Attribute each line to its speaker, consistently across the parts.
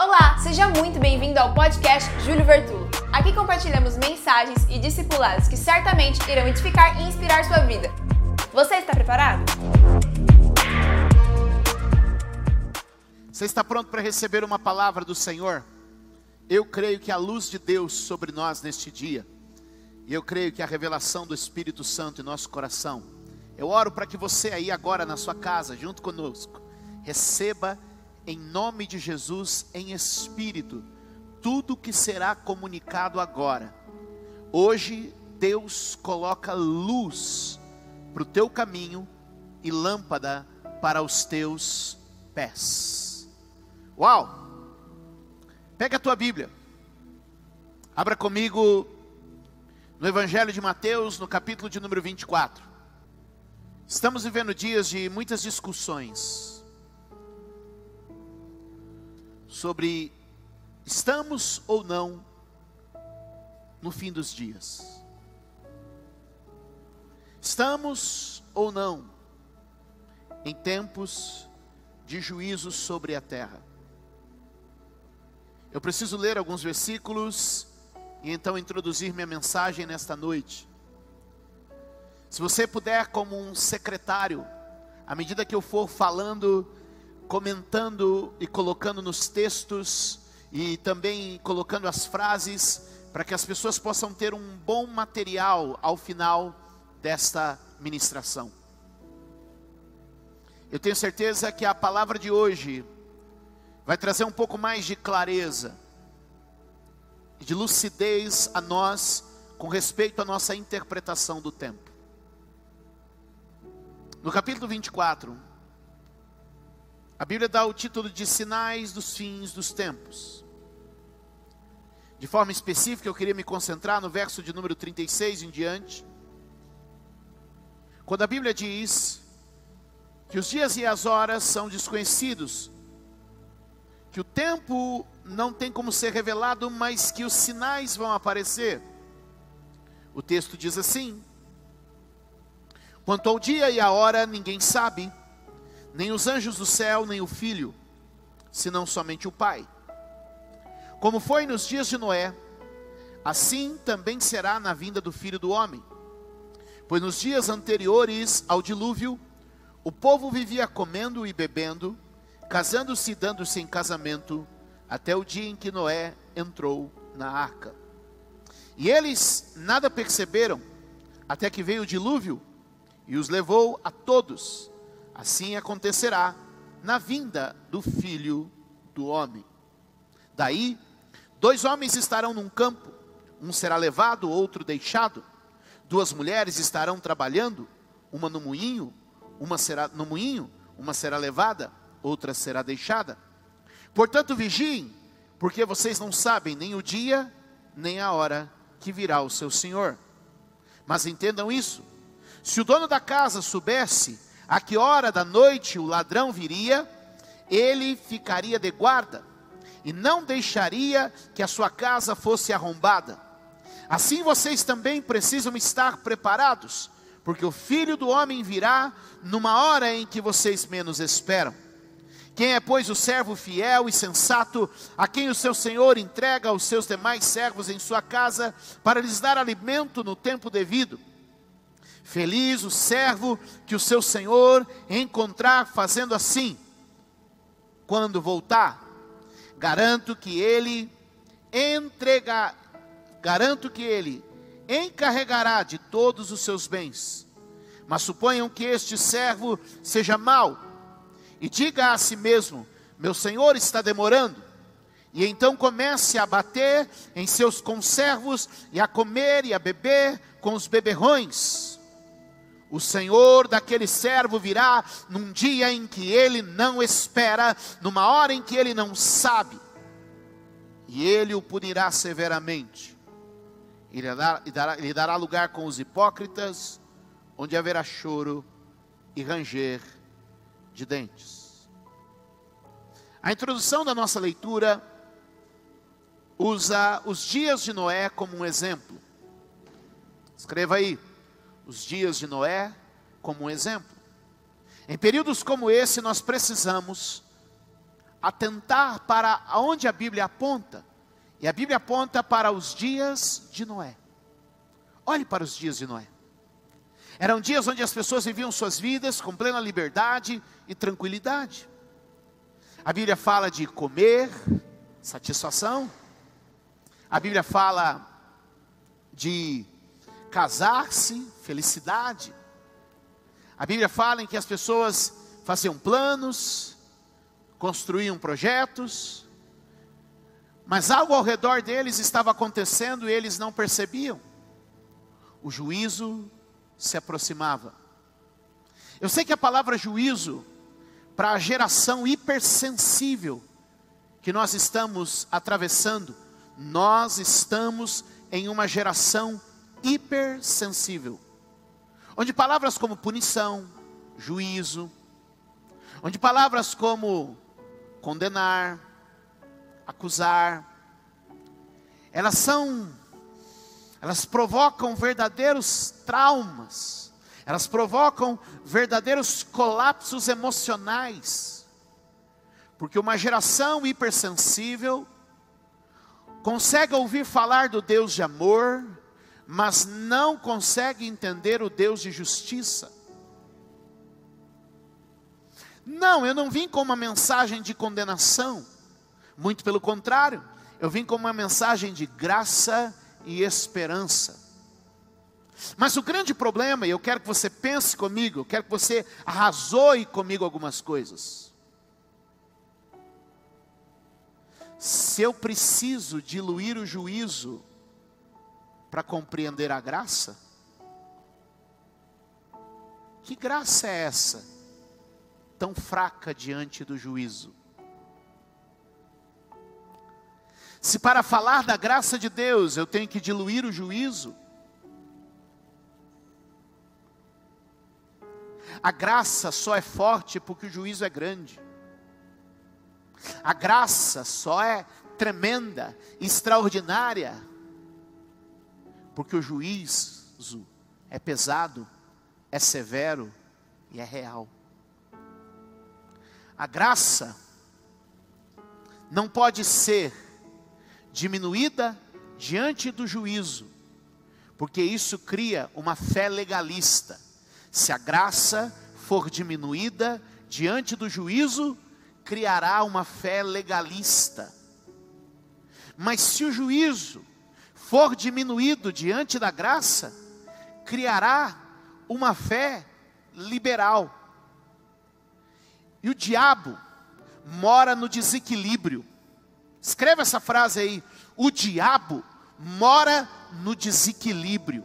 Speaker 1: Olá, seja muito bem-vindo ao podcast Júlio Vertulo. Aqui compartilhamos mensagens e discipulados que certamente irão edificar e inspirar sua vida. Você está preparado?
Speaker 2: Você está pronto para receber uma palavra do Senhor? Eu creio que a luz de Deus sobre nós neste dia, e eu creio que a revelação do Espírito Santo em nosso coração, eu oro para que você aí agora na sua casa, junto conosco, receba em nome de Jesus, em espírito, tudo que será comunicado agora. Hoje Deus coloca luz para o teu caminho e lâmpada para os teus pés. Uau! Pega a tua Bíblia, abra comigo no Evangelho de Mateus, no capítulo de número 24. Estamos vivendo dias de muitas discussões sobre estamos ou não no fim dos dias. Estamos ou não em tempos de juízo sobre a terra. Eu preciso ler alguns versículos e então introduzir minha mensagem nesta noite. Se você puder, como um secretário, à medida que eu for falando, comentando e colocando nos textos e também colocando as frases, para que as pessoas possam ter um bom material ao final desta ministração. Eu tenho certeza que a palavra de hoje vai trazer um pouco mais de clareza e de lucidez a nós com respeito à nossa interpretação do tempo. No capítulo 24, a Bíblia dá o título de Sinais dos Fins dos Tempos. De forma específica, eu queria me concentrar no verso de número 36 em diante, quando a Bíblia diz que os dias e as horas são desconhecidos, que o tempo não tem como ser revelado, mas que os sinais vão aparecer. O texto diz assim: quanto ao dia e a hora, ninguém sabe, nem os anjos do céu, nem o Filho, senão somente o Pai. Como foi nos dias de Noé, assim também será na vinda do Filho do Homem. Pois nos dias anteriores ao dilúvio, o povo vivia comendo e bebendo, casando-se e dando-se em casamento, até o dia em que Noé entrou na arca. E eles nada perceberam, até que veio o dilúvio e os levou a todos. Assim acontecerá na vinda do Filho do Homem. Daí, 2 homens estarão num campo, um será levado, outro deixado. 2 mulheres estarão trabalhando, uma no moinho, uma será levada, outra será deixada. Portanto, vigiem, porque vocês não sabem nem o dia, nem a hora que virá o seu Senhor. Mas entendam isso: se o dono da casa soubesse a que hora da noite o ladrão viria, ele ficaria de guarda, e não deixaria que a sua casa fosse arrombada. Assim vocês também precisam estar preparados, porque o Filho do Homem virá numa hora em que vocês menos esperam. Quem é, pois, o servo fiel e sensato, a quem o seu Senhor entrega os seus demais servos em sua casa, para lhes dar alimento no tempo devido? Feliz o servo que o seu Senhor encontrar fazendo assim. Quando voltar, garanto que ele encarregará de todos os seus bens. Mas suponham que este servo seja mau, e diga a si mesmo: meu Senhor está demorando. E então comece a bater em seus conservos, e a comer e a beber com os beberrões. O Senhor daquele servo virá num dia em que ele não espera, numa hora em que ele não sabe, e ele o punirá severamente. Ele dará lugar com os hipócritas, onde haverá choro e ranger de dentes. A introdução da nossa leitura usa os dias de Noé como um exemplo. Escreva aí: os dias de Noé como um exemplo. Em períodos como esse, nós precisamos atentar para onde a Bíblia aponta. E a Bíblia aponta para os dias de Noé. Olhe para os dias de Noé. Eram dias onde as pessoas viviam suas vidas com plena liberdade e tranquilidade. A Bíblia fala de comer, satisfação. A Bíblia fala de casar-se, felicidade. A Bíblia fala em que as pessoas faziam planos, construíam projetos, mas algo ao redor deles estava acontecendo e eles não percebiam. O juízo se aproximava. Eu sei que a palavra juízo, para a geração hipersensível que nós estamos atravessando, nós estamos em uma geração hipersensível, onde palavras como punição, juízo, onde palavras como condenar, acusar, elas provocam verdadeiros traumas, elas provocam verdadeiros colapsos emocionais, porque uma geração hipersensível consegue ouvir falar do Deus de amor, mas não consegue entender o Deus de justiça. Não, eu não vim com uma mensagem de condenação, muito pelo contrário, eu vim com uma mensagem de graça e esperança. Mas o grande problema, e eu quero que você pense comigo, eu quero que você arrazoe comigo algumas coisas. Se eu preciso diluir o juízo para compreender a graça, que graça é essa, tão fraca diante do juízo? Se para falar da graça de Deus eu tenho que diluir o juízo, a graça só é forte porque o juízo é grande. A graça só é tremenda, extraordinária, porque o juízo é pesado, é severo e é real. A graça não pode ser diminuída diante do juízo, porque isso cria uma fé legalista. Se a graça for diminuída diante do juízo, criará uma fé legalista. Mas se o juízo for diminuído diante da graça, criará uma fé liberal. E o diabo mora no desequilíbrio. Escreva essa frase aí: o diabo mora no desequilíbrio.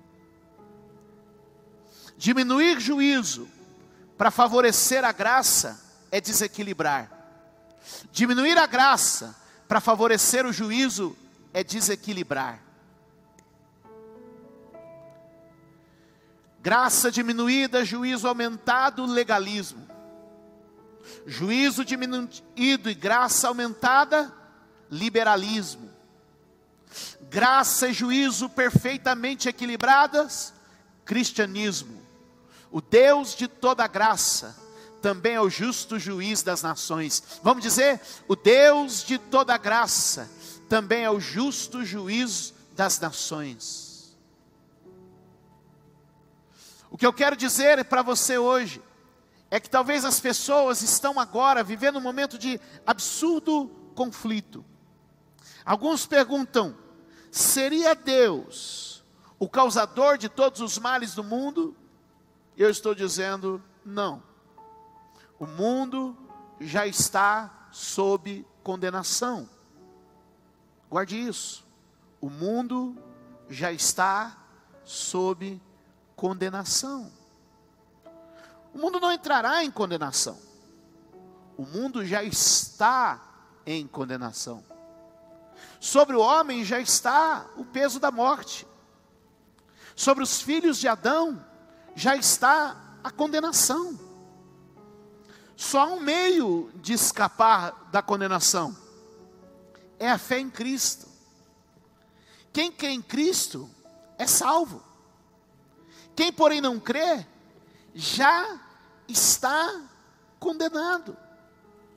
Speaker 2: Diminuir juízo para favorecer a graça é desequilibrar. Diminuir a graça para favorecer o juízo é desequilibrar. Graça diminuída, juízo aumentado, legalismo. Juízo diminuído e graça aumentada, liberalismo. Graça e juízo perfeitamente equilibradas, cristianismo. O Deus de toda graça também é o justo juiz das nações. Vamos dizer, o Deus de toda graça também é o justo juiz das nações. O que eu quero dizer para você hoje é que talvez as pessoas estão agora vivendo um momento de absurdo conflito. Alguns perguntam: seria Deus o causador de todos os males do mundo? Eu estou dizendo não. O mundo já está sob condenação. Guarde isso. O mundo já está sob condenação. O mundo não entrará em condenação. O mundo já está em condenação. Sobre o homem já está o peso da morte. Sobre os filhos de Adão já está a condenação. Só há um meio de escapar da condenação: é a fé em Cristo. Quem crê em Cristo é salvo. Quem porém não crê, já está condenado.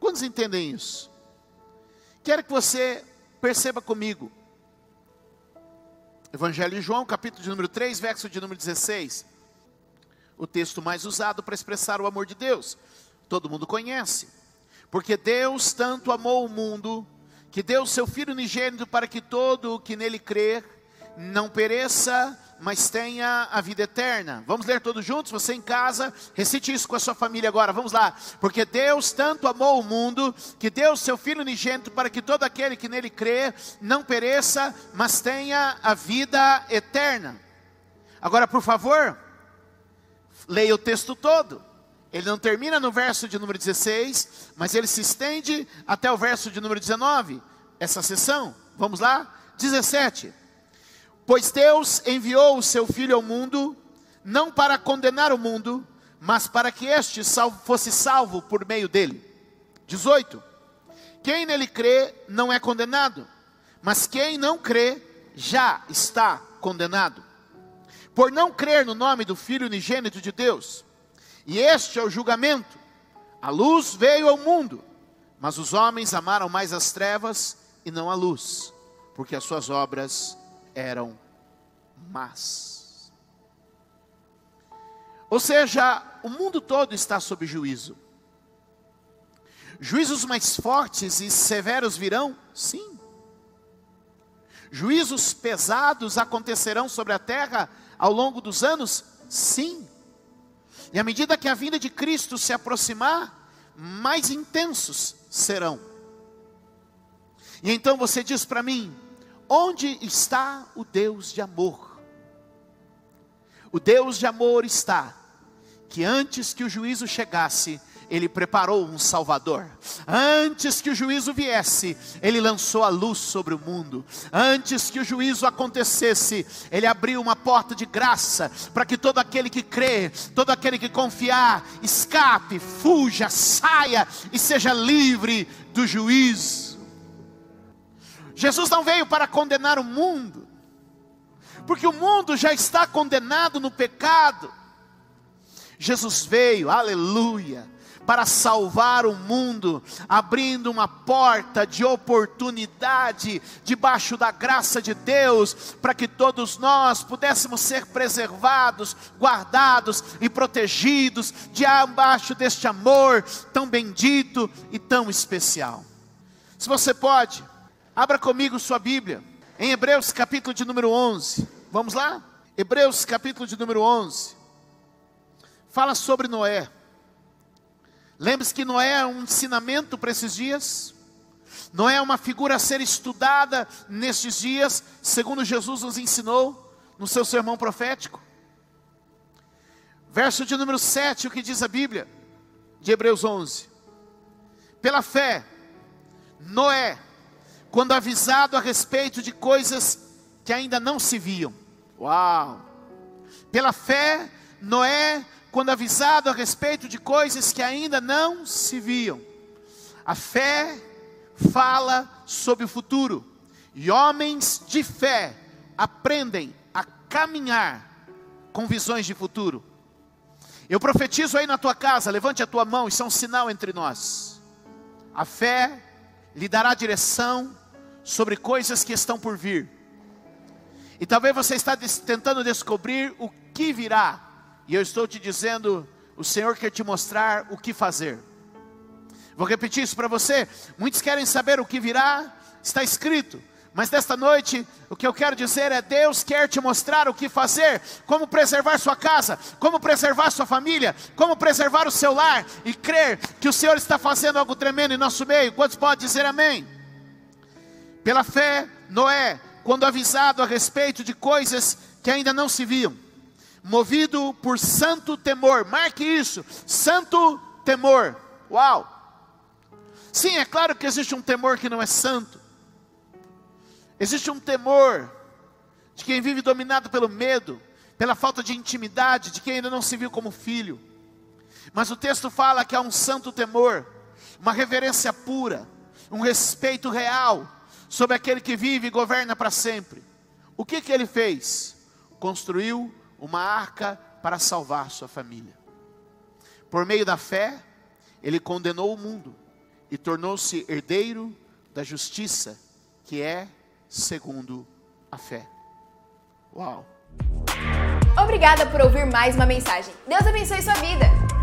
Speaker 2: Quantos entendem isso? Quero que você perceba comigo. Evangelho de João, capítulo de número 3, verso de número 16. O texto mais usado para expressar o amor de Deus. Todo mundo conhece. Porque Deus tanto amou o mundo, que deu o seu Filho unigênito para que todo o que nele crer não pereça, mas tenha a vida eterna. Vamos ler todos juntos? Você em casa, recite isso com a sua família agora. Vamos lá. Porque Deus tanto amou o mundo, que deu o seu Filho unigênito para que todo aquele que nele crer não pereça, mas tenha a vida eterna. Agora, por favor, leia o texto todo. Ele não termina no verso de número 16, mas ele se estende até o verso de número 19, essa seção. Vamos lá? 17. Pois Deus enviou o seu Filho ao mundo, não para condenar o mundo, mas para que este fosse salvo por meio dele. 18. Quem nele crê não é condenado, mas quem não crê já está condenado, por não crer no nome do Filho unigênito de Deus. E este é o julgamento. A luz veio ao mundo, mas os homens amaram mais as trevas e não a luz, porque as suas obras eram más. Ou seja, o mundo todo está sob juízo. Juízos mais fortes e severos virão? Sim. Juízos pesados acontecerão sobre a terra ao longo dos anos? Sim. E à medida que a vinda de Cristo se aproximar, mais intensos serão. E então você diz para mim, onde está o Deus de amor? O Deus de amor está, que antes que o juízo chegasse, Ele preparou um Salvador. Antes que o juízo viesse, Ele lançou a luz sobre o mundo. Antes que o juízo acontecesse, Ele abriu uma porta de graça, para que todo aquele que crê, todo aquele que confiar, escape, fuja, saia e seja livre do juízo. Jesus não veio para condenar o mundo, porque o mundo já está condenado no pecado. Jesus veio, aleluia, para salvar o mundo, abrindo uma porta de oportunidade, debaixo da graça de Deus, para que todos nós pudéssemos ser preservados, guardados e protegidos, debaixo deste amor tão bendito e tão especial. Se você pode, abra comigo sua Bíblia, em Hebreus capítulo de número 11, vamos lá? Hebreus capítulo de número 11, fala sobre Noé. Lembre-se que Noé é um ensinamento para esses dias. Noé é uma figura a ser estudada nestes dias, segundo Jesus nos ensinou no seu sermão profético. Verso de número 7, o que diz a Bíblia de Hebreus 11. Pela fé, Noé, quando avisado a respeito de coisas que ainda não se viam. Uau! Pela fé, Noé, quando avisado a respeito de coisas que ainda não se viam. A fé fala sobre o futuro. E homens de fé aprendem a caminhar com visões de futuro. Eu profetizo aí na tua casa, levante a tua mão, isso é um sinal entre nós. A fé lhe dará direção sobre coisas que estão por vir. E talvez você está tentando descobrir o que virá. E eu estou te dizendo, o Senhor quer te mostrar o que fazer. Vou repetir isso para você. Muitos querem saber o que virá, está escrito. Mas nesta noite, o que eu quero dizer é, Deus quer te mostrar o que fazer. Como preservar sua casa, como preservar sua família, como preservar o seu lar. E crer que o Senhor está fazendo algo tremendo em nosso meio. Quantos podem dizer amém? Pela fé, Noé, quando avisado a respeito de coisas que ainda não se viam, movido por santo temor, marque isso, santo temor. Uau! Sim, é claro que existe um temor que não é santo. Existe um temor de quem vive dominado pelo medo, pela falta de intimidade, de quem ainda não se viu como filho. Mas o texto fala que há um santo temor, uma reverência pura, um respeito real sobre aquele que vive e governa para sempre. O que ele fez? Construiu uma arca para salvar sua família. Por meio da fé, ele condenou o mundo e tornou-se herdeiro da justiça, que é segundo a fé. Uau!
Speaker 1: Obrigada por ouvir mais uma mensagem. Deus abençoe sua vida.